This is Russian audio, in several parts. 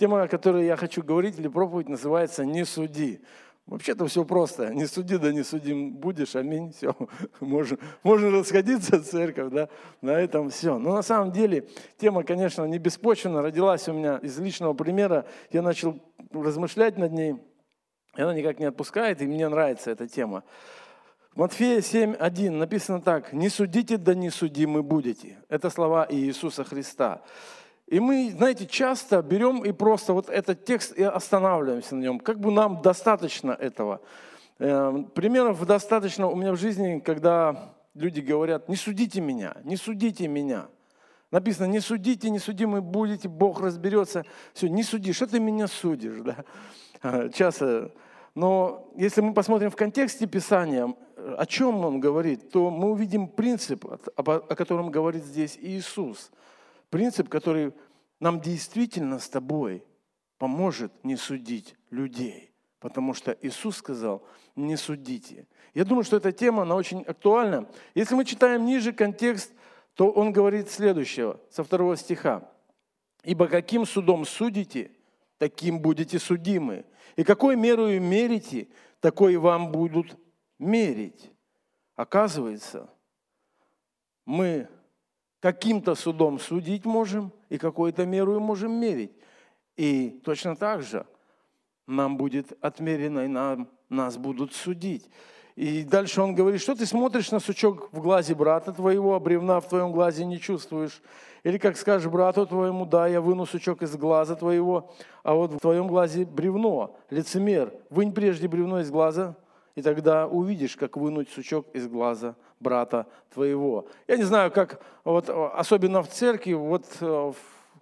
Тема, о которой я хочу говорить, или проповедь, называется «Не суди». Вообще-то все просто. Не суди, да не судим будешь. Аминь. Все. Можно расходиться, церковь, да. На этом все. Но на самом деле тема, конечно, не беспочвенно. Родилась у меня из личного примера. Я начал размышлять над ней. И она никак не отпускает, и мне нравится эта тема. В Матфея 7:1 написано так: «Не судите, да не судимы будете». Это слова Иисуса Христа. И мы, знаете, часто берем и просто вот этот текст и останавливаемся на нем. Как бы нам достаточно этого. Примеров достаточно у меня в жизни, когда люди говорят: «Не судите меня, не судите меня». Написано: «Не судите, не судимы будете, Бог разберется». Все, не суди, что ты меня судишь, да? Часто. Но если мы посмотрим в контексте Писания, о чем он говорит, то мы увидим принцип, о котором говорит здесь Иисус. Принцип, который нам действительно с тобой поможет не судить людей. Потому что Иисус сказал: не судите. Я думаю, что эта тема, она очень актуальна. Если мы читаем ниже контекст, то он говорит следующее, со 2 стиха. «Ибо каким судом судите, таким будете судимы. И какой мерою мерите, такой вам будут мерить». Оказывается, мы каким-то судом судить можем и какой-то меру можем мерить. И точно так же нам будет отмерено, и нас будут судить. И дальше он говорит: что ты смотришь на сучок в глазе брата твоего, а бревна в твоем глазе не чувствуешь? Или как скажешь брату твоему: да, я выну сучок из глаза твоего, а вот в твоем глазе бревно. Лицемер, вынь прежде бревно из глаза, и тогда увидишь, как вынуть сучок из глаза брата твоего. Я не знаю, как, вот, особенно в церкви, вот в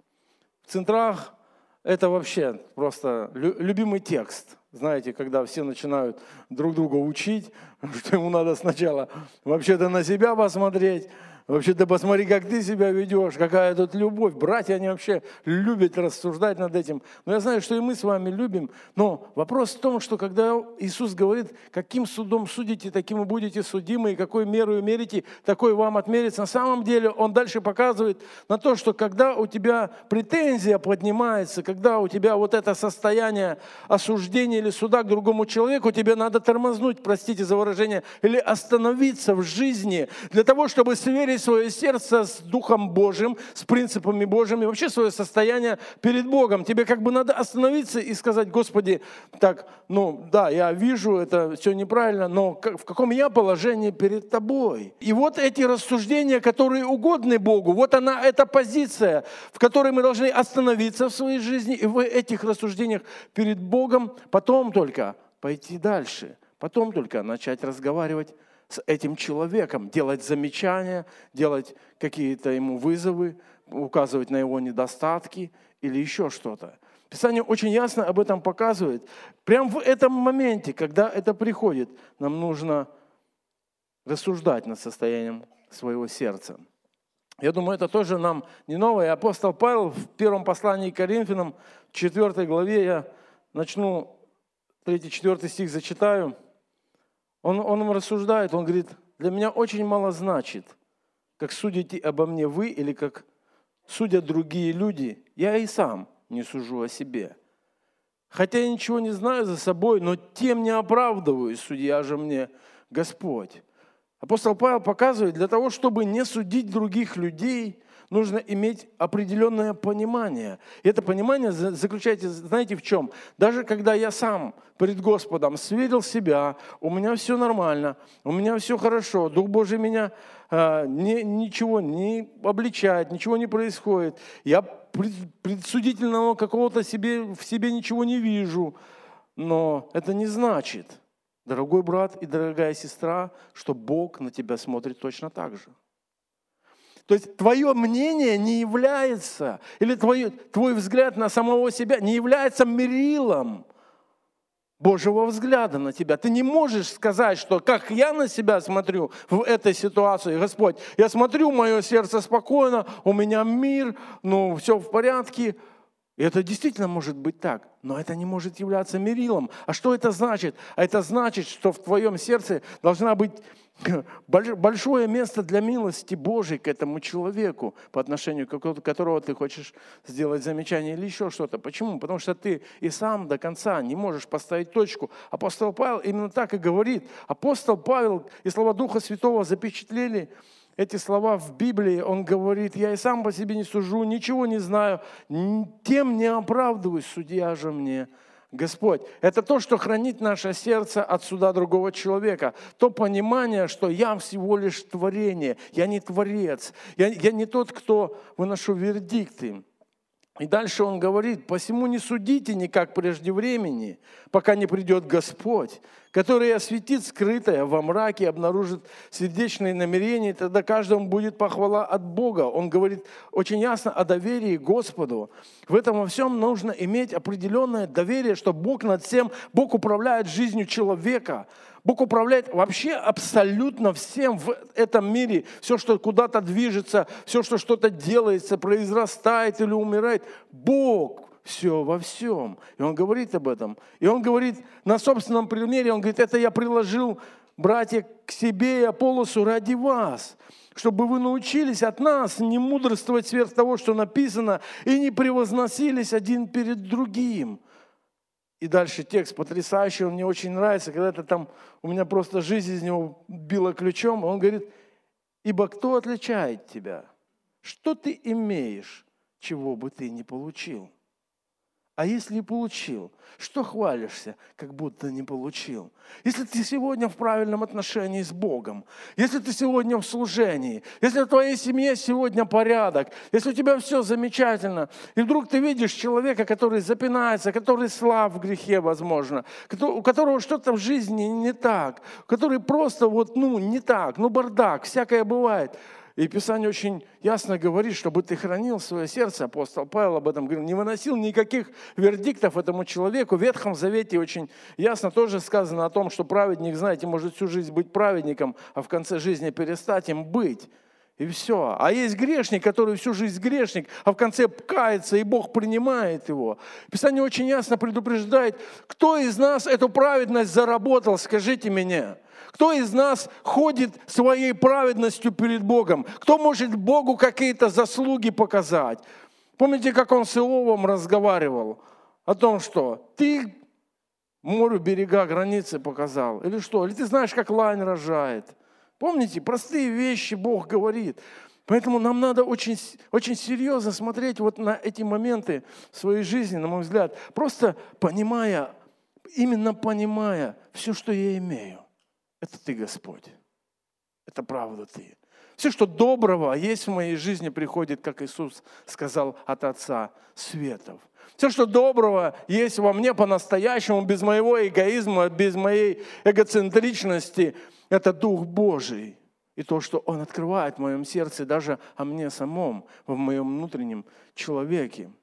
центрах, это вообще просто любимый текст. Знаете, когда все начинают друг друга учить, что ему надо сначала вообще-то на себя посмотреть, вообще-то посмотри, как ты себя ведешь, какая тут любовь. Братья, они вообще любят рассуждать над этим. Но я знаю, что и мы с вами любим. Но вопрос в том, что когда Иисус говорит: каким судом судите, таким и будете судимы, и какой мерою мерите, такой вам отмерится. На самом деле Он дальше показывает на то, что когда у тебя претензия поднимается, когда у тебя вот это состояние осуждения или суда к другому человеку, тебе надо тормознуть, простите за выражение, или остановиться в жизни для того, чтобы сверить свое сердце с Духом Божьим, с принципами Божьими, вообще свое состояние перед Богом. Тебе как бы надо остановиться и сказать: Господи, так, да, я вижу, это все неправильно, но в каком я положении перед Тобой? И вот эти рассуждения, которые угодны Богу, вот она, эта позиция, в которой мы должны остановиться в своей жизни, и в этих рассуждениях перед Богом потом только пойти дальше, потом только начать разговаривать с этим человеком, делать замечания, делать какие-то ему вызовы, указывать на его недостатки или еще что-то. Писание очень ясно об этом показывает. Прямо в этом моменте, когда это приходит, нам нужно рассуждать над состоянием своего сердца. Я думаю, это тоже нам не новое. Апостол Павел в первом послании к Коринфянам, 4 главе, я начну 3-4 стих зачитаю. Он рассуждает, он говорит: для меня очень мало значит, как судите обо мне вы или как судят другие люди. Я и сам не сужу о себе. Хотя я ничего не знаю за собой, но тем не оправдываюсь, судья же мне Господь. Апостол Павел показывает, для того, чтобы не судить других людей, нужно иметь определенное понимание. И это понимание заключается, знаете, в чем? Даже когда я сам перед Господом сверил себя, у меня все нормально, у меня все хорошо, Дух Божий меня ничего не обличает, ничего не происходит. Я предсудительного какого-то в себе ничего не вижу. Но это не значит, дорогой брат и дорогая сестра, что Бог на тебя смотрит точно так же. То есть твое мнение не является, или твой взгляд на самого себя не является мерилом Божьего взгляда на тебя. Ты не можешь сказать, что как я на себя смотрю в этой ситуации, Господь, я смотрю, мое сердце спокойно, у меня мир, все в порядке. И это действительно может быть так, но это не может являться мерилом. А что это значит? А это значит, что в твоем сердце должна быть большое место для милости Божьей к этому человеку, по отношению к которого ты хочешь сделать замечание или еще что-то. Почему? Потому что ты и сам до конца не можешь поставить точку. Апостол Павел именно так и говорит. Апостол Павел и слова Духа Святого запечатлели эти слова в Библии. Он говорит: я и сам по себе не сужу, ничего не знаю, тем не оправдываюсь, судья же мне Господь. Это то, что хранит наше сердце от суда другого человека. То понимание, что я всего лишь творение, я не творец, я не тот, кто выношу вердикты. И дальше он говорит: посему не судите никак прежде времени, пока не придет Господь, который осветит скрытое во мраке, обнаружит сердечные намерения, и тогда каждому будет похвала от Бога. Он говорит очень ясно о доверии Господу. В этом во всем нужно иметь определенное доверие, что Бог над всем, Бог управляет жизнью человека. Бог управляет вообще абсолютно всем в этом мире. Все, что куда-то движется, все, что что-то делается, произрастает или умирает. Бог все во всем. И Он говорит об этом. И Он говорит на собственном примере, Он говорит: это я приложил, братья, к себе и Аполлосу ради вас, чтобы вы научились от нас не мудрствовать сверх того, что написано, и не превозносились один перед другим. И дальше текст потрясающий, он мне очень нравится, когда-то там у меня просто жизнь из него била ключом. Он говорит: ибо кто отличает тебя? Что ты имеешь, чего бы ты не получил? А если и получил, что хвалишься, как будто не получил? Если ты сегодня в правильном отношении с Богом, если ты сегодня в служении, если в твоей семье сегодня порядок, если у тебя все замечательно, и вдруг ты видишь человека, который запинается, который слаб в грехе, возможно, у которого что-то в жизни не так, который просто не так, бардак, всякое бывает. И Писание очень ясно говорит, чтобы ты хранил свое сердце. Апостол Павел об этом говорил, не выносил никаких вердиктов этому человеку. В Ветхом Завете очень ясно тоже сказано о том, что праведник, знаете, может всю жизнь быть праведником, а в конце жизни перестать им быть. И все. А есть грешник, который всю жизнь грешник, а в конце кается, и Бог принимает его. Писание очень ясно предупреждает, кто из нас эту праведность заработал, скажите мне. Кто из нас ходит своей праведностью перед Богом? Кто может Богу какие-то заслуги показать? Помните, как он с Иовом разговаривал? О том, что ты морю берега, границы показал. Или что? Или ты знаешь, как лань рожает? Помните, простые вещи Бог говорит. Поэтому нам надо очень, очень серьезно смотреть на эти моменты в своей жизни, на мой взгляд. Просто именно понимая все, что я имею. Это ты, Господь. Это правда ты. Все, что доброго есть в моей жизни, приходит, как Иисус сказал, от Отца Светов. Все, что доброго есть во мне по-настоящему, без моего эгоизма, без моей эгоцентричности, это Дух Божий. И то, что Он открывает в моем сердце, даже о мне самом, в моем внутреннем человеке.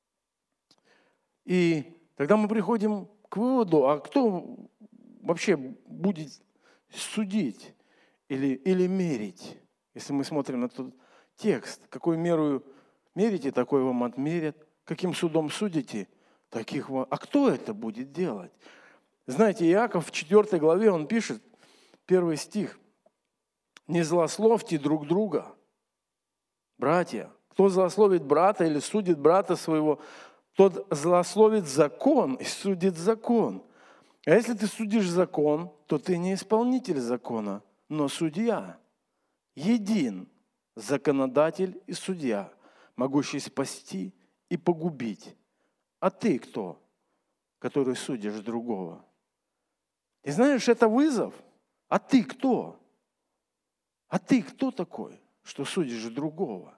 И тогда мы приходим к выводу, а кто вообще будет судить или мерить? Если мы смотрим на этот текст, какой мерою мерите, такой вам отмерят. Каким судом судите, таких вам... А кто это будет делать? Знаете, Иаков в 4 главе, он пишет, 1 стих. «Не злословьте друг друга, братья. Кто злословит брата или судит брата своего, тот злословит закон и судит закон. А если ты судишь закон, то ты не исполнитель закона, но судья. Един законодатель и судья, могущий спасти и погубить. А ты кто, который судишь другого?» И знаешь, это вызов. А ты кто? А ты кто такой, что судишь другого?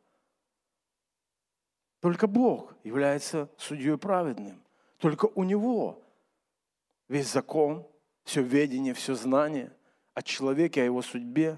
Только Бог является судьей праведным. Только у Него весь закон, все ведение, все знание о человеке, о его судьбе.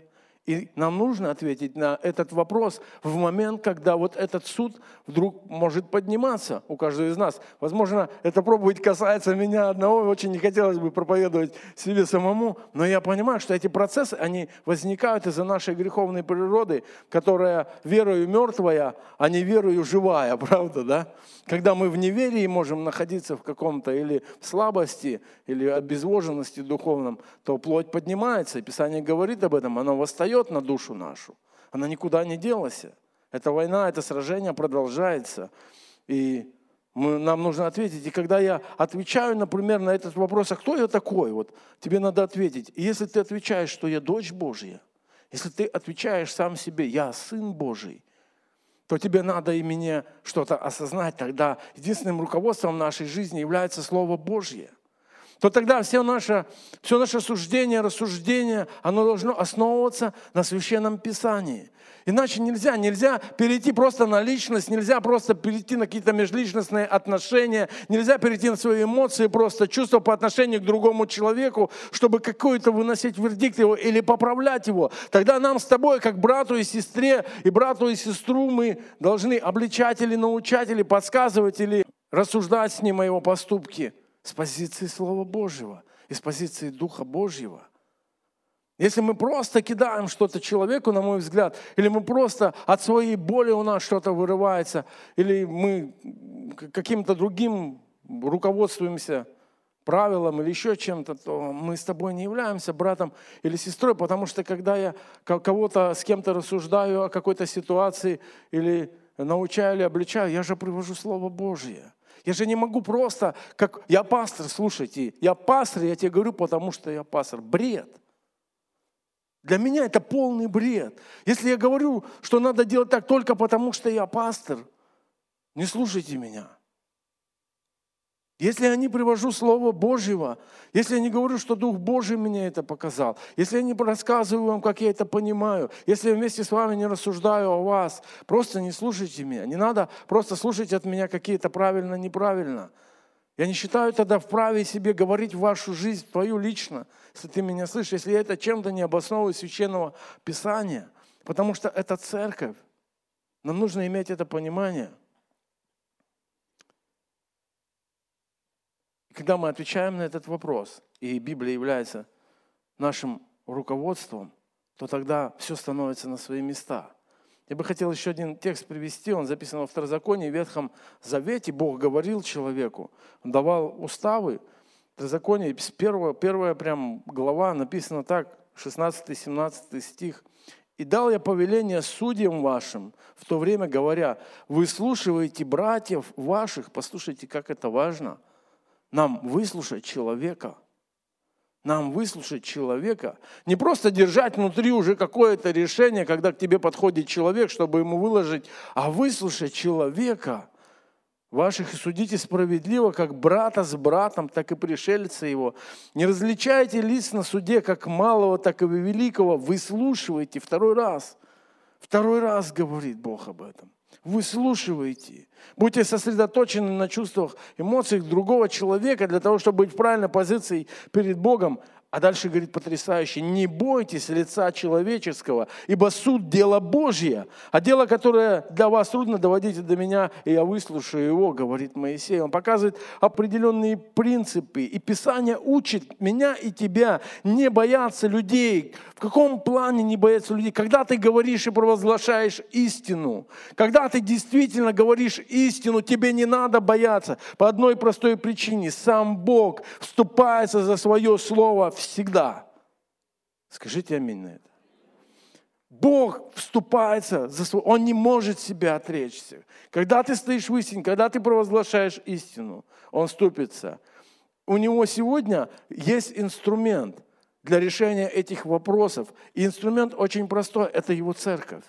И нам нужно ответить на этот вопрос в момент, когда вот этот суд вдруг может подниматься у каждого из нас. Возможно, эта проповедь касается меня одного, очень не хотелось бы проповедовать себе самому, но я понимаю, что эти процессы, они возникают из-за нашей греховной природы, которая верою мертвая, а не верою живая, правда, да? Когда мы в неверии можем находиться в каком-то или в слабости, или обезвоженности духовном, то плоть поднимается, и Писание говорит об этом, она восстает на душу нашу. Она никуда не делась. Эта война, это сражение продолжается. И нам нужно ответить. И когда я отвечаю, например, на этот вопрос, а кто я такой? Вот тебе надо ответить. И если ты отвечаешь, что я дочь Божья, если ты отвечаешь сам себе, я сын Божий, то тебе надо и мне что-то осознать. Тогда единственным руководством нашей жизни является Слово Божье. То тогда все наше суждение, рассуждение, оно должно основываться на Священном Писании. Иначе нельзя перейти просто на личность, нельзя просто перейти на какие-то межличностные отношения, нельзя перейти на свои эмоции, просто чувства по отношению к другому человеку, чтобы какой-то выносить вердикт его или поправлять его. Тогда нам с тобой, как брату и сестре, и брату и сестру, мы должны обличать или научать, или подсказывать, или рассуждать с ним о его поступке с позиции Слова Божьего и с позиции Духа Божьего. Если мы просто кидаем что-то человеку, на мой взгляд, или мы просто от своей боли у нас что-то вырывается, или мы каким-то другим руководствуемся правилам или еще чем-то, то мы с тобой не являемся братом или сестрой, потому что когда я кого-то с кем-то рассуждаю о какой-то ситуации или научаю или обличаю, я же привожу Слово Божье. Я же не могу просто, как я пастор, слушайте, я пастор, я тебе говорю, потому что я пастор. Бред. Для меня это полный бред. Если я говорю, что надо делать так только потому, что я пастор, не слушайте меня. Если я не привожу Слово Божьего, если я не говорю, что Дух Божий мне это показал, если я не рассказываю вам, как я это понимаю, если я вместе с вами не рассуждаю о вас, просто не слушайте меня. Не надо просто слушать от меня какие-то правильно-неправильно. Я не считаю тогда вправе себе говорить в вашу жизнь, твою лично, если ты меня слышишь, если я это чем-то не обосновываю Священного Писания, потому что это церковь. Нам нужно иметь это понимание. Когда мы отвечаем на этот вопрос, и Библия является нашим руководством, то тогда все становится на свои места. Я бы хотел еще один текст привести, он записан во Второзаконии, в Ветхом Завете. Бог говорил человеку, он давал уставы. Второзаконие, первая прям глава, написано так, 16-17 стих. «И дал я повеление судьям вашим в то время, говоря, выслушивайте братьев ваших». Послушайте, как это важно. Нам выслушать человека. Нам выслушать человека. Не просто держать внутри уже какое-то решение, когда к тебе подходит человек, чтобы ему выложить, а выслушать человека ваших и судите справедливо, как брата с братом, так и пришельца его. Не различайте лиц на суде, как малого, так и великого. Выслушивайте. Второй раз говорит Бог об этом. Выслушивайте. Будьте сосредоточены на чувствах, эмоциях другого человека для того, чтобы быть в правильной позиции перед Богом. А дальше говорит потрясающе: не бойтесь лица человеческого, ибо суд – дело Божье, а дело, которое для вас трудно, доводите до меня, и я выслушаю его, говорит Моисей. Он показывает определенные принципы, и Писание учит меня и тебя не бояться людей. В каком плане не бояться людей? Когда ты говоришь и провозглашаешь истину, когда ты действительно говоришь истину, тебе не надо бояться. По одной простой причине: сам Бог вступается за свое слово всегда. Скажите аминь на это. Бог вступается за свое, Он не может себя отречься. Когда ты стоишь в истине, когда ты провозглашаешь истину, Он вступится. У Него сегодня есть инструмент для решения этих вопросов. И инструмент очень простой – это Его церковь.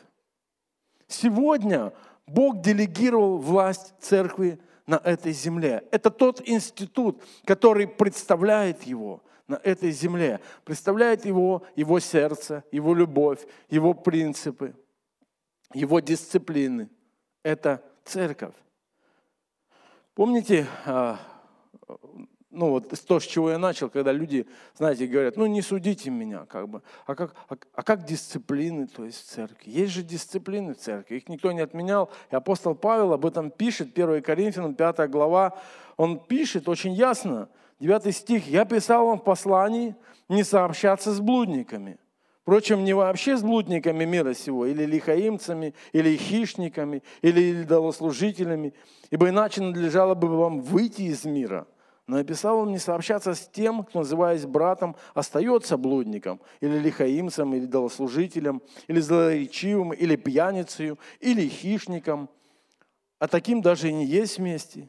Сегодня Бог делегировал власть церкви на этой земле. Это тот институт, который представляет Его на этой земле. Представляет Его сердце, Его любовь, Его принципы, Его дисциплины. Это церковь. Помните, ну вот то, с чего я начал, когда люди, знаете, говорят, ну не судите меня, как бы. А как дисциплины, то есть в церкви? Есть же дисциплины в церкви, их никто не отменял. И апостол Павел об этом пишет, 1 Коринфянам, 5 глава, он пишет очень ясно, 9 стих, «Я писал вам в послании не сообщаться с блудниками». Впрочем, не вообще с блудниками мира сего, или лихаимцами, или хищниками, или идолослужителями, ибо иначе надлежало бы вам выйти из мира. Но я писал вам не сообщаться с тем, кто, называясь братом, остается блудником, или лихаимцем, или идолослужителем, или злоречивым, или пьяницею, или хищником, а таким даже и не есть вместе.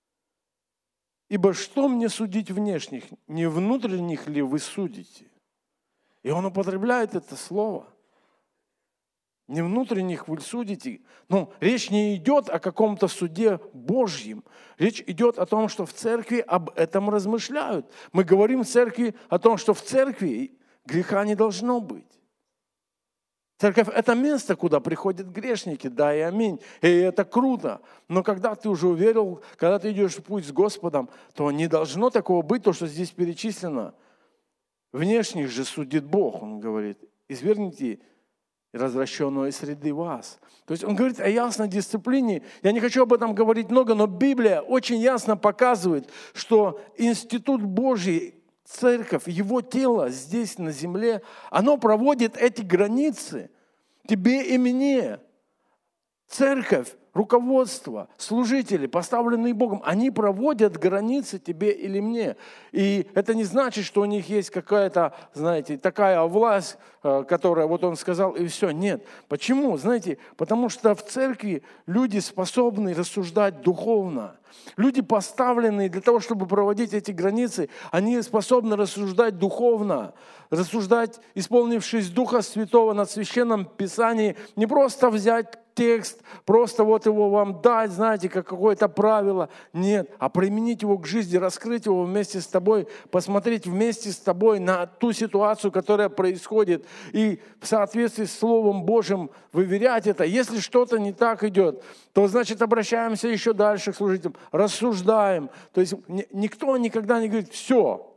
Ибо что мне судить внешних, не внутренних ли вы судите? И он употребляет это слово. Не внутренних вы судите. Но речь не идет о каком-то суде Божьем. Речь идет о том, что в церкви об этом размышляют. Мы говорим в церкви о том, что в церкви греха не должно быть. Церковь – это место, куда приходят грешники, да и аминь. И это круто. Но когда ты уже уверовал, когда ты идешь в путь с Господом, то не должно такого быть, то, что здесь перечислено. Внешних же судит Бог, он говорит, извергните развращенного из среды вас. То есть он говорит о ясной дисциплине. Я не хочу об этом говорить много, но Библия очень ясно показывает, что институт Божий, церковь, его тело здесь на земле, оно проводит эти границы тебе и мне. Церковь, руководство, служители, поставленные Богом, они проводят границы тебе или мне. И это не значит, что у них есть какая-то, знаете, такая власть, которая, вот он сказал, и все. Нет. Почему? Знаете, потому что в церкви люди способны рассуждать духовно. Люди, поставленные для того, чтобы проводить эти границы, они способны рассуждать духовно, рассуждать, исполнившись Духа Святого над Священном Писании, не просто взять текст, просто вот его вам дать, знаете, как какое-то правило. Нет, а применить его к жизни, раскрыть его вместе с тобой, посмотреть вместе с тобой на ту ситуацию, которая происходит, и в соответствии с Словом Божьим выверять это. Если что-то не так идет, то, значит, обращаемся еще дальше к служителям, рассуждаем. То есть никто никогда не говорит, все,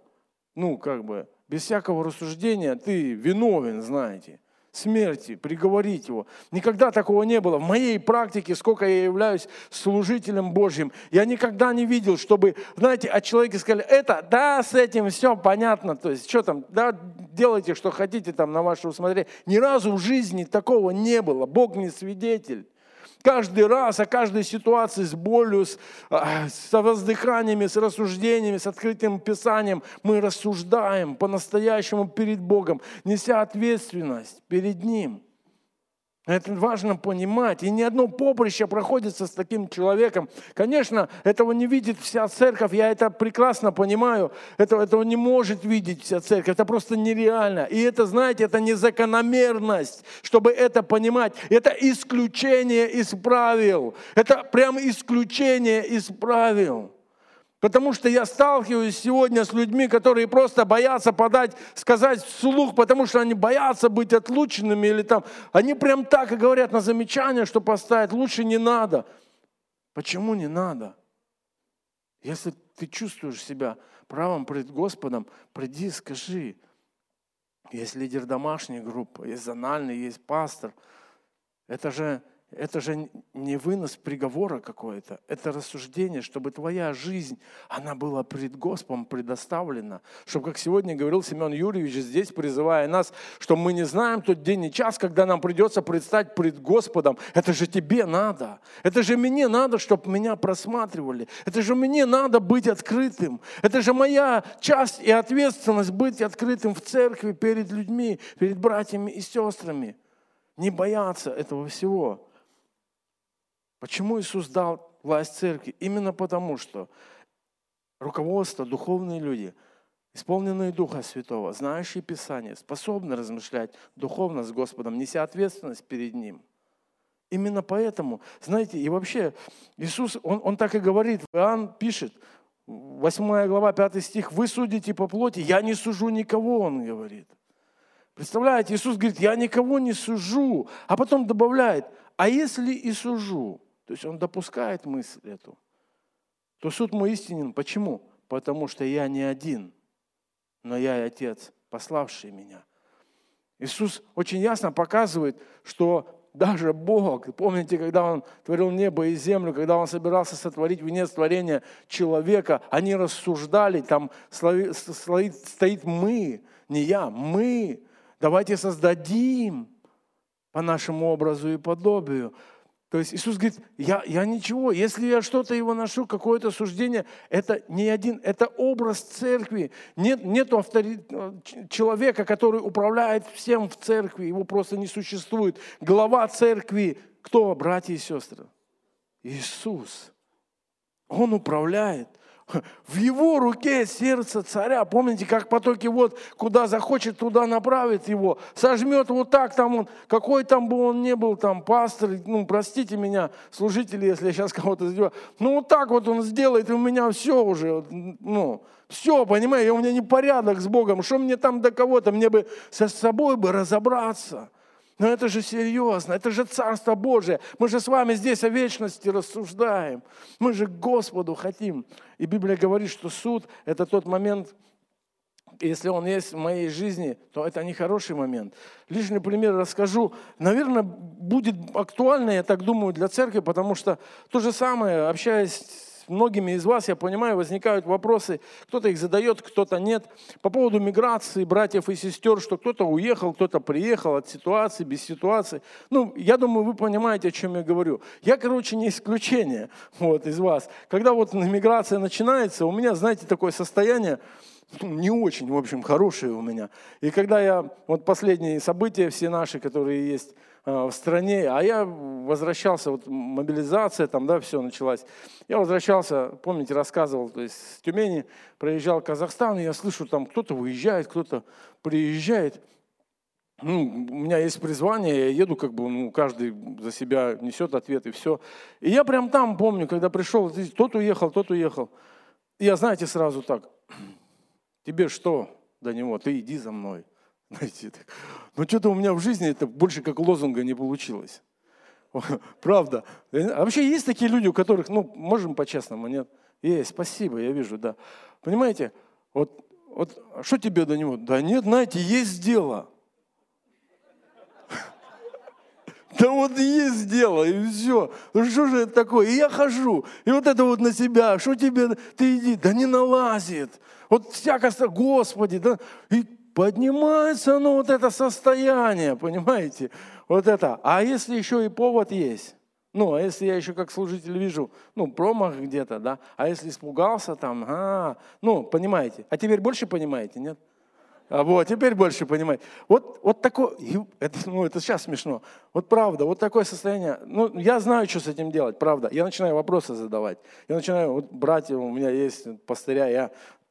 без всякого рассуждения ты виновен, знаете. Смерти, приговорить его. Никогда такого не было. В моей практике, сколько я являюсь служителем Божьим, я никогда не видел, чтобы, знаете, от человека сказали, с этим все понятно, то есть, что там, делайте, что хотите там на ваше усмотрение. Ни разу в жизни такого не было. Бог не свидетель. Каждый раз о каждой ситуации с болью, с воздыханиями, с рассуждениями, с открытым Писанием мы рассуждаем по-настоящему перед Богом, неся ответственность перед Ним. Это важно понимать. И ни одно поприще проходится с таким человеком. Конечно, этого не видит вся церковь, я это прекрасно понимаю. Этого не может видеть вся церковь. Это просто нереально. И это, знаете, это не закономерность, чтобы это понимать. Это исключение из правил. Это прям исключение из правил. Потому что я сталкиваюсь сегодня с людьми, которые просто боятся сказать вслух, потому что они боятся быть отлученными. Или там, они прям так и говорят на замечание, что поставить лучше не надо. Почему не надо? Если ты чувствуешь себя правым пред Господом, приди и скажи. Есть лидер домашней группы, есть зональный, есть пастор. Это же не вынос приговора какой-то, это рассуждение, чтобы твоя жизнь, она была пред Господом предоставлена. Чтобы, как сегодня говорил Семен Юрьевич здесь, призывая нас, что мы не знаем тот день и час, когда нам придется предстать пред Господом. Это же тебе надо. Это же мне надо, чтобы меня просматривали. Это же мне надо быть открытым. Это же моя часть и ответственность быть открытым в церкви перед людьми, перед братьями и сестрами. Не бояться этого всего. Почему Иисус дал власть церкви? Именно потому, что руководство, духовные люди, исполненные Духа Святого, знающие Писание, способны размышлять духовно с Господом, неся ответственность перед Ним. Именно поэтому, знаете, и вообще Иисус, Он так и говорит, Иоанн пишет, 8 глава, 5 стих, «Вы судите по плоти, я не сужу никого», Он говорит. Представляете, Иисус говорит, я никого не сужу, а потом добавляет, а если и сужу, то есть Он допускает мысль эту, то суд мой истинен. Почему? потому что я не один, но я и Отец, пославший меня. Иисус очень ясно показывает, что даже Бог, помните, когда Он творил небо и землю, когда Он собирался сотворить венец творения человека, они рассуждали, там стоит мы, не я, мы. Давайте создадим по нашему образу и подобию. То есть Иисус говорит, я ничего, если я что-то его ношу, какое-то суждение, это не один, это образ церкви. Нету человека, который управляет всем в церкви, его просто не существует. Глава церкви, кто, братья и сестры? Иисус. Он управляет. В его руке сердце царя. Помните, как потоки вод, куда захочет, туда направит его. Сожмет вот так, там он, какой там бы он ни был, там, пастор, простите меня, служители, если я сейчас кого-то задеваю. Вот так вот он сделает, и у меня все уже, все, понимаете, у меня непорядок с Богом. Что мне там до кого-то, мне бы со собой бы разобраться. Но это же серьезно, это же Царство Божие. Мы же с вами здесь о вечности рассуждаем. Мы же к Господу хотим. И Библия говорит, что суд – это тот момент, если он есть в моей жизни, то это не хороший момент. Лишний пример расскажу. Наверное, будет актуально, я так думаю, для церкви, потому что то же самое, общаясь с многими из вас, я понимаю, возникают вопросы, кто-то их задает, кто-то нет. По поводу миграции братьев и сестер, что кто-то уехал, кто-то приехал от ситуации, без ситуации. Я думаю, вы понимаете, о чем я говорю. Я, не исключение из вас. Когда миграция начинается, у меня, знаете, такое состояние, не очень, в общем, хорошее у меня. И когда я, последние события все наши, которые есть в стране, а я возвращался, мобилизация, все началась. Я возвращался, помните, рассказывал, то есть с Тюмени проезжал в Казахстан, и я слышу, там кто-то выезжает, кто-то приезжает. У меня есть призвание, я еду, каждый за себя несет ответ, и все. И я прям там помню, когда пришел, тот уехал. И я, знаете, сразу так, тебе что до него, ты иди за мной. Знаете, что-то у меня в жизни это больше как лозунга не получилось. Правда. А вообще есть такие люди, у которых, можем по-честному, нет? Есть, спасибо, я вижу, да. Понимаете, что тебе до него? Да нет, знаете, есть дело. Да есть дело, и все. Что же это такое? И я хожу, и это на себя, что тебе, ты иди, да не налазит. Всякое, Господи, да, и поднимается это состояние, понимаете? Это. А если еще и повод есть? А если я еще как служитель вижу, промах где-то, да? А если испугался там, понимаете? А теперь больше понимаете, нет? Теперь больше понимаете. Такое, это сейчас смешно. Правда, такое состояние. Я знаю, что с этим делать, правда. Я начинаю вопросы задавать. Я начинаю, братья, у меня есть пастыря,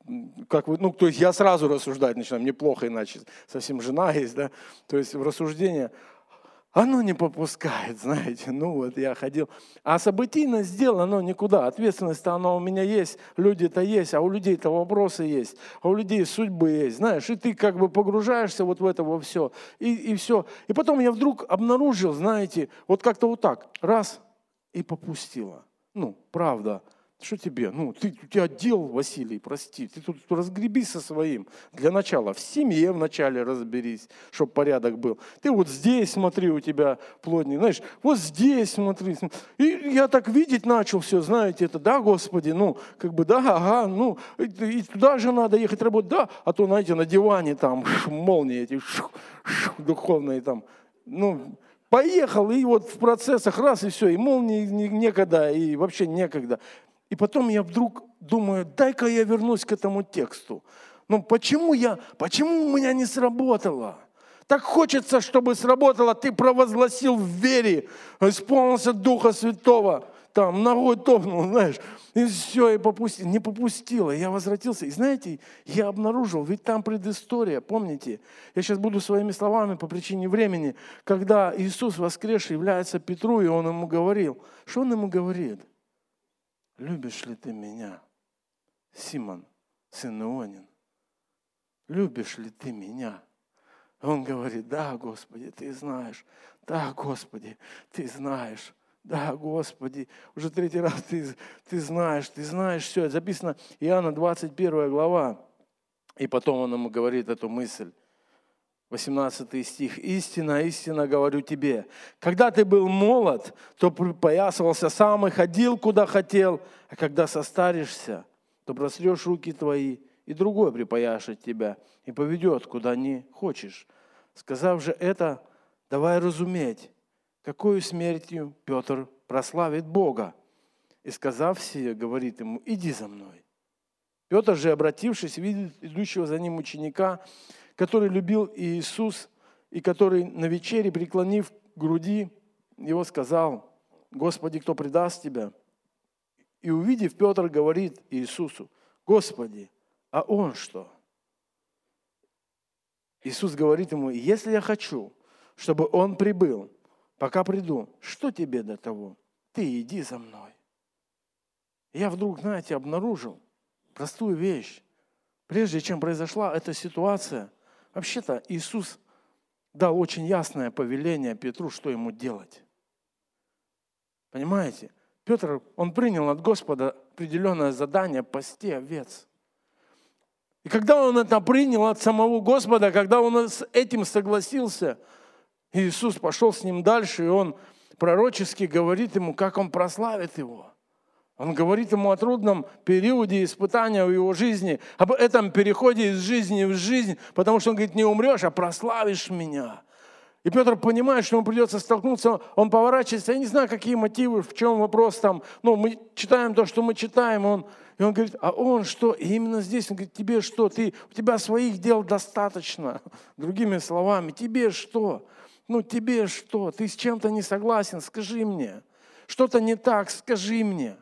то есть я сразу рассуждать начинаю, мне плохо иначе, совсем жена есть, да, то есть в рассуждение, оно не попускает, знаете, я ходил, а событийность дела, оно никуда, ответственность-то она у меня есть, люди-то есть, а у людей-то вопросы есть, а у людей судьбы есть, знаешь, и ты погружаешься в это во все, и все, и потом я вдруг обнаружил, знаете, как-то так, раз, и попустило, правда. Что тебе? У тебя дел, Василий, прости. Ты тут разгребись со своим. Для начала в семье вначале разберись, чтобы порядок был. Ты здесь смотри, у тебя плотнее. Знаешь, здесь смотри. И я так видеть начал все, знаете, это, да, Господи, да, ага, и туда же надо ехать работать, да, а то, знаете, на диване там молнии эти духовные там, поехал, и в процессах раз, и все, и молнии некогда, и вообще некогда. И потом я вдруг думаю, дай-ка я вернусь к этому тексту. Почему у меня не сработало? Так хочется, чтобы сработало. Ты провозгласил в вере, исполнился Духа Святого, там ногой топнул, знаешь, и все, и не попустило. Я возвратился. И знаете, я обнаружил, ведь там предыстория, помните? Я сейчас буду своими словами по причине времени, когда Иисус воскресший является Петру, и Он ему говорил. Что Он ему говорит? Любишь ли ты меня, Симон, сын Ионин? Любишь ли ты меня? Он говорит, да, Господи, ты знаешь. Да, Господи, ты знаешь. Да, Господи, уже третий раз ты знаешь все. Это записано Иоанна 21 глава. И потом он ему говорит эту мысль. 18 стих. «Истина, истина говорю тебе, когда ты был молод, то припоясывался сам и ходил, куда хотел, а когда состаришься, то прострешь руки твои, и другой припояшет тебя и поведет, куда не хочешь». Сказав же это, давай разуметь, какою смертью Петр прославит Бога. И сказав сие, говорит ему: иди за мной. Петр же, обратившись, видит идущего за ним ученика, который любил Иисус, и который на вечере, преклонив к груди его, сказал: Господи, кто предаст тебя? И увидев, Петр говорит Иисусу: Господи, а он что? Иисус говорит ему: если я хочу, чтобы он прибыл, пока приду, что тебе до того? Ты иди за мной. Я вдруг, знаете, обнаружил простую вещь. Прежде чем произошла эта ситуация, вообще-то Иисус дал очень ясное повеление Петру, что ему делать. Понимаете? Петр, он принял от Господа определенное задание пасти овец. И когда он это принял от самого Господа, когда он с этим согласился, Иисус пошел с ним дальше, и он пророчески говорит ему, как он прославит его. Он говорит ему о трудном периоде испытания в его жизни, об этом переходе из жизни в жизнь, потому что он говорит: не умрешь, а прославишь меня. И Петр понимает, что ему придется столкнуться, он поворачивается, я не знаю, какие мотивы, в чем вопрос там, мы читаем то, что мы читаем, и он говорит: а он что? И именно здесь он говорит: тебе что? У тебя своих дел достаточно. Другими словами, тебе что? Тебе что? Ты с чем-то не согласен? Скажи мне. Что-то не так? Скажи мне.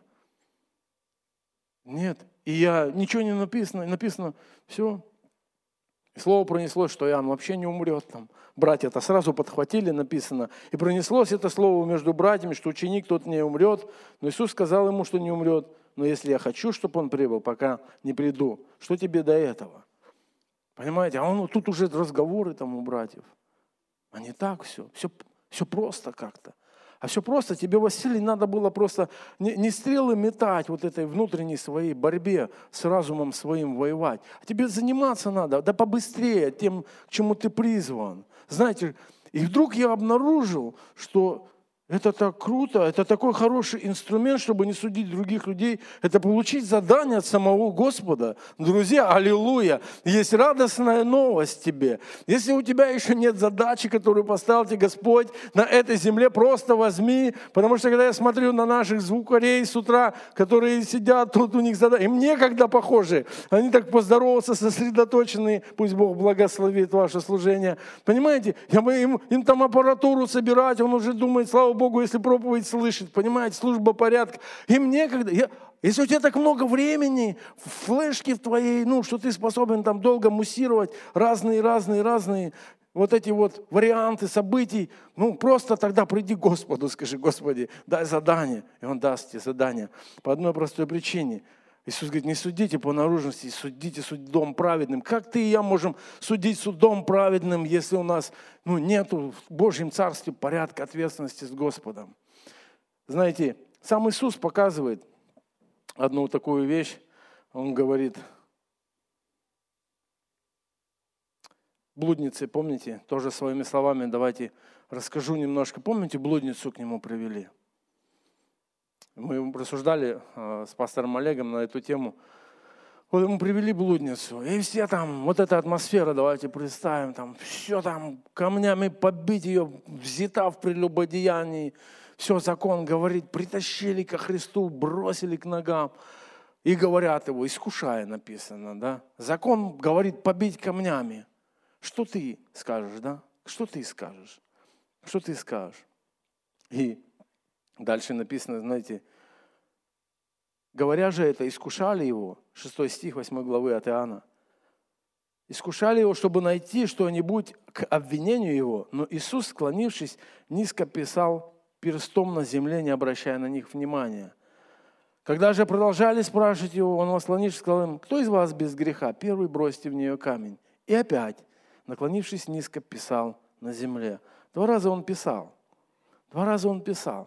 Нет. И ничего не написано, все. Слово пронеслось, что Иоанн вообще не умрет. Братья-то сразу подхватили, написано. И пронеслось это слово между братьями, что ученик тот не умрет. Но Иисус сказал ему, что не умрет. Но если я хочу, чтобы он прибыл, пока не приду, что тебе до этого? Понимаете? А тут уже разговоры у братьев. А не так все. Все просто как-то. А все просто, тебе, Василий, надо было просто не стрелы метать вот этой внутренней своей борьбе с разумом своим воевать. А тебе заниматься надо, да побыстрее тем, к чему ты призван. Знаете, и вдруг я обнаружил, что это так круто, это такой хороший инструмент, чтобы не судить других людей. Это получить задание от самого Господа. Друзья, аллилуйя! Есть радостная новость тебе. Если у тебя еще нет задачи, которую поставил тебе Господь на этой земле, просто возьми. Потому что когда я смотрю на наших звукарей с утра, которые сидят, тут у них задача, им некогда похоже. Они так поздороваться, сосредоточенные. Пусть Бог благословит ваше служение. Понимаете? Им там аппаратуру собирать, он уже думает, слава Богу, если проповедь слышит, понимаете, служба порядка. Им некогда. Если у тебя так много времени, флешки в твоей, что ты способен там долго муссировать разные вот эти вот варианты событий, просто тогда приди к Господу, скажи: Господи, дай задание. И Он даст тебе задание. По одной простой причине. Иисус говорит: не судите по наружности, судите судом праведным. Как ты и я можем судить судом праведным, если у нас нету в Божьем Царстве порядка ответственности с Господом? Знаете, сам Иисус показывает одну такую вещь. Он говорит: блудницы, помните, тоже своими словами давайте расскажу немножко. Помните, блудницу к Нему привели? Мы рассуждали с пастором Олегом на эту тему. Вот ему привели блудницу. И все вот эта атмосфера, давайте представим, все камнями побить ее, взята в прелюбодеянии. Все, закон говорит, притащили ко Христу, бросили к ногам. И говорят его, искушая написано, да. Закон говорит побить камнями. Что ты скажешь, да? Что ты скажешь? Что ты скажешь? И дальше написано, знаете, говоря же это, искушали его, 6 стих 8 главы от Иоанна, искушали его, чтобы найти что-нибудь к обвинению его, но Иисус, склонившись, низко писал перстом на земле, не обращая на них внимания. Когда же продолжали спрашивать его, он, наклонившись, сказал им: кто из вас без греха? Первый бросьте в нее камень. И опять, наклонившись низко, писал на земле. 2 раза он писал.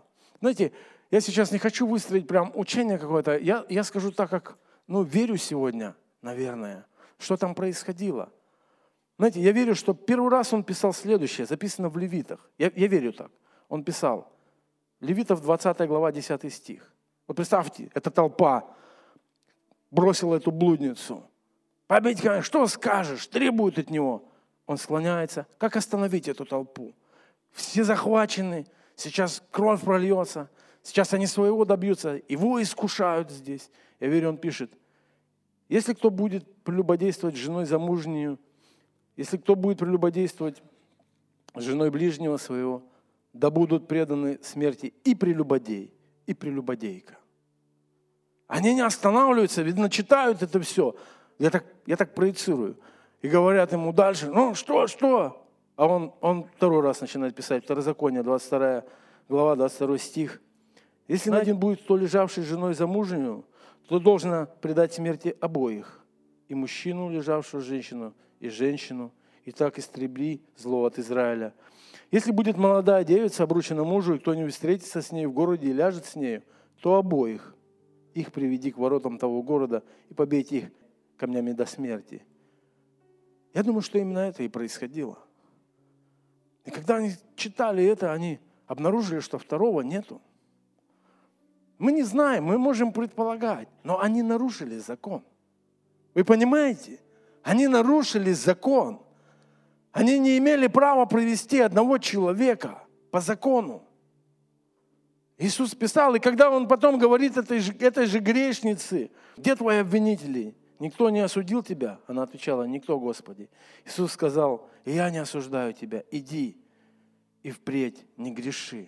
Знаете, я сейчас не хочу выстроить прям учение какое-то. Я скажу так, как, верю сегодня, наверное, что там происходило. Знаете, я верю, что первый раз он писал следующее, записано в Левитах. Я верю так. Он писал, Левитов 20 глава, 10 стих. Вот представьте, эта толпа бросила эту блудницу. Победить, что скажешь, требует от него. Он склоняется. Как остановить эту толпу? Все захвачены, сейчас кровь прольется, сейчас они своего добьются, его искушают здесь. Я верю, он пишет, если кто будет прелюбодействовать с женой замужнюю, если кто будет прелюбодействовать с женой ближнего своего, да будут преданы смерти и прелюбодей, и прелюбодейка. Они не останавливаются, видно, читают это все. Я так проецирую. И говорят ему дальше, что? А он второй раз начинает писать, Второзаконие, 22 глава, 22 стих. Если найден будет кто, лежавший с женой замужнюю, то должен предать смерти обоих. И мужчину, лежавшую женщину, и женщину, и так истребли зло от Израиля. Если будет молодая девица, обручена мужу, и кто-нибудь встретится с ней в городе и ляжет с нею, то обоих их приведи к воротам того города и побейте их камнями до смерти. Я думаю, что именно это и происходило. И когда они читали это, они обнаружили, что второго нету. Мы не знаем, мы можем предполагать, но они нарушили закон. Вы понимаете? Они нарушили закон. Они не имели права привести одного человека по закону. Иисус писал, и когда Он потом говорит этой же грешнице, где твои обвинители? Никто не осудил тебя? Она отвечала, никто, Господи. Иисус сказал, я не осуждаю тебя, иди и впредь не греши.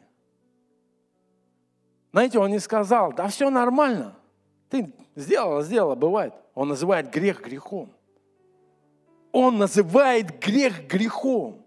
Знаете, Он не сказал, да все нормально. Ты сделала, бывает. Он называет грех грехом. Он называет грех грехом.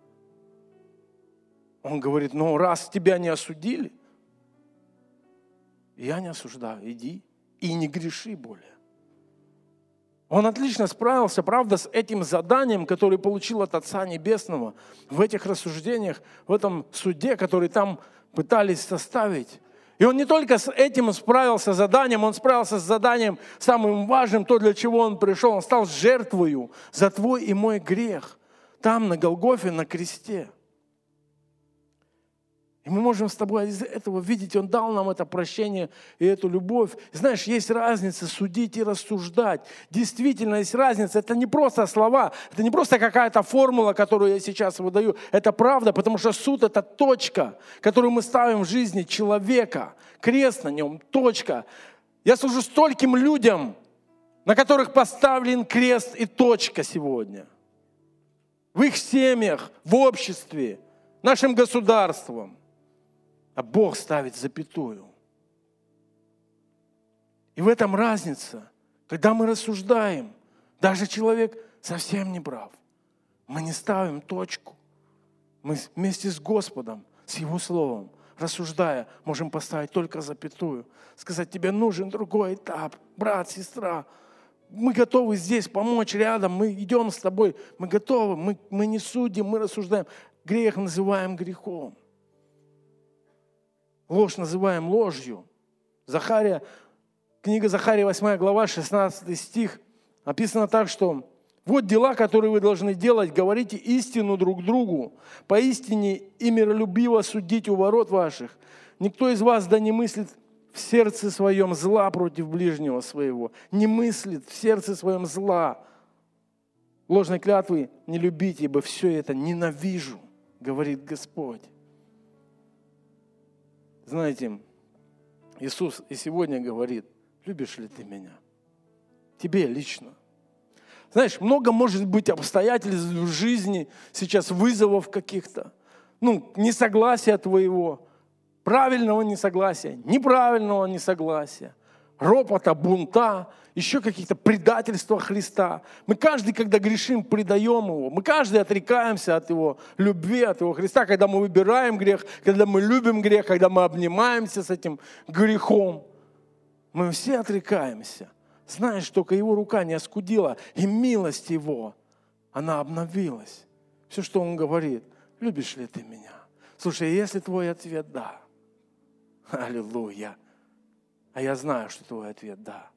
Он говорит, раз тебя не осудили, я не осуждаю, иди и не греши более. Он отлично справился, правда, с этим заданием, которое получил от Отца Небесного в этих рассуждениях, в этом суде, который там пытались составить. И он не только с этим справился заданием, он справился с заданием самым важным, то, для чего он пришел. Он стал жертвою за твой и мой грех. Там, на Голгофе, на кресте. И мы можем с тобой из этого видеть, Он дал нам это прощение и эту любовь. Знаешь, есть разница судить и рассуждать. Действительно, есть разница. Это не просто слова, это не просто какая-то формула, которую я сейчас выдаю. Это правда, потому что суд – это точка, которую мы ставим в жизни человека. Крест на нем, точка. Я служу стольким людям, на которых поставлен крест и точка сегодня. В их семьях, в обществе, нашим государством. А Бог ставит запятую. И в этом разница. Когда мы рассуждаем, даже человек совсем не прав. Мы не ставим точку. Мы вместе с Господом, с Его Словом, рассуждая, можем поставить только запятую. Сказать, тебе нужен другой этап, брат, сестра. Мы готовы здесь помочь рядом, мы идем с тобой, мы готовы, мы не судим, мы рассуждаем. Грех называем грехом. Ложь называем ложью. Книга Захария, 8 глава, 16 стих. Написано так, что вот дела, которые вы должны делать, говорите истину друг другу, поистине и миролюбиво судить у ворот ваших. Никто из вас да не мыслит в сердце своем зла против ближнего своего. Не мыслит в сердце своем зла. Ложной клятвы не любите, ибо все это ненавижу, говорит Господь. Знаете, Иисус и сегодня говорит, любишь ли ты меня? Тебе лично. Знаешь, много может быть обстоятельств в жизни, сейчас вызовов каких-то, несогласия твоего, правильного несогласия, неправильного несогласия, ропота, бунта, еще каких-то предательства Христа. Мы каждый, когда грешим, предаем Его. Мы каждый отрекаемся от Его любви, от Его Христа, когда мы выбираем грех, когда мы любим грех, когда мы обнимаемся с этим грехом. Мы все отрекаемся. Знаешь, только Его рука не оскудила, и милость Его, она обновилась. Все, что Он говорит, любишь ли ты меня? Слушай, если твой ответ «да», Аллилуйя. А я знаю, что твой ответ да.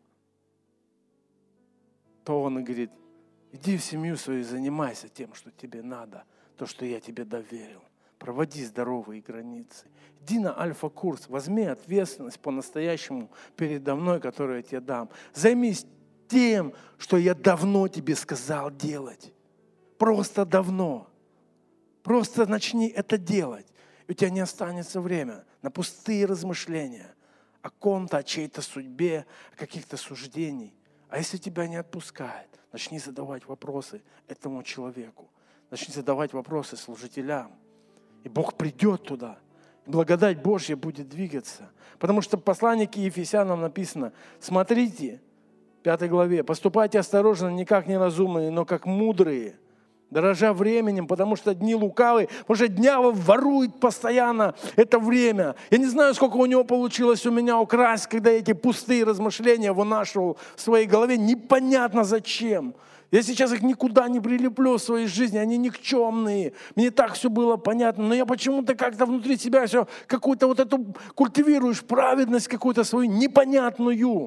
То он и говорит, иди в семью свою и занимайся тем, что тебе надо, то, что я тебе доверил. Проводи здоровые границы. Иди на альфа-курс, возьми ответственность по-настоящему передо мной, которую я тебе дам. Займись тем, что я давно тебе сказал делать. Просто давно. Просто начни это делать. И у тебя не останется время на пустые размышления о ком-то, о чьей-то судьбе, о каких-то суждениях. А если тебя не отпускает, начни задавать вопросы этому человеку. Начни задавать вопросы служителям. И Бог придет туда. И благодать Божья будет двигаться. Потому что в послании к Ефесянам написано, смотрите, 5 главе, поступайте осторожно, не как неразумные, но как мудрые, дорожа временем, потому что дни лукавые, потому что дьявол ворует постоянно это время. Я не знаю, сколько у него получилось у меня украсть, когда я эти пустые размышления вынашивал в своей голове, непонятно зачем. Я сейчас их никуда не прилеплю в своей жизни, они никчемные. Мне так все было понятно, но я почему-то как-то внутри себя все какую-то вот эту культивируешь праведность какую-то свою непонятную,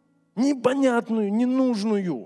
ненужную.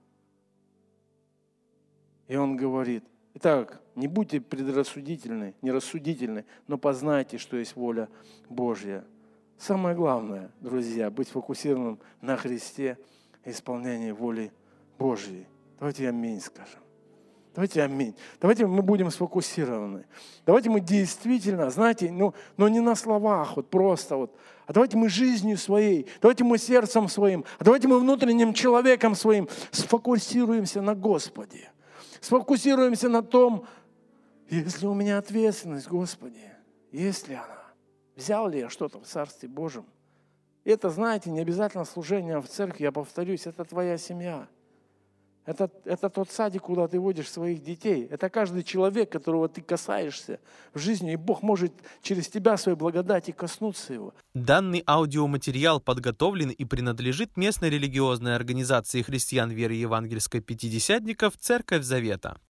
И он говорит, итак, не будьте предрассудительны, нерассудительны, но познайте, что есть воля Божья. Самое главное, друзья, быть фокусированным на Христе и исполнении воли Божьей. Давайте аминь скажем. Давайте аминь. Давайте мы будем сфокусированы. Давайте мы действительно, знаете, но не на словах, вот просто вот, а давайте мы жизнью своей, давайте мы сердцем своим, а давайте мы внутренним человеком своим сфокусируемся на Господе. Сфокусируемся на том, есть ли у меня ответственность, Господи, есть ли она? Взял ли я что-то в Царстве Божьем? И это, знаете, не обязательно служение в церкви, я повторюсь, это твоя семья. Это тот садик, куда ты водишь своих детей. Это каждый человек, которого ты касаешься в жизни, и Бог может через тебя своей благодати коснуться его. Данный аудиоматериал подготовлен и принадлежит местной религиозной организации христиан веры евангельской пятидесятников «Церковь Завета».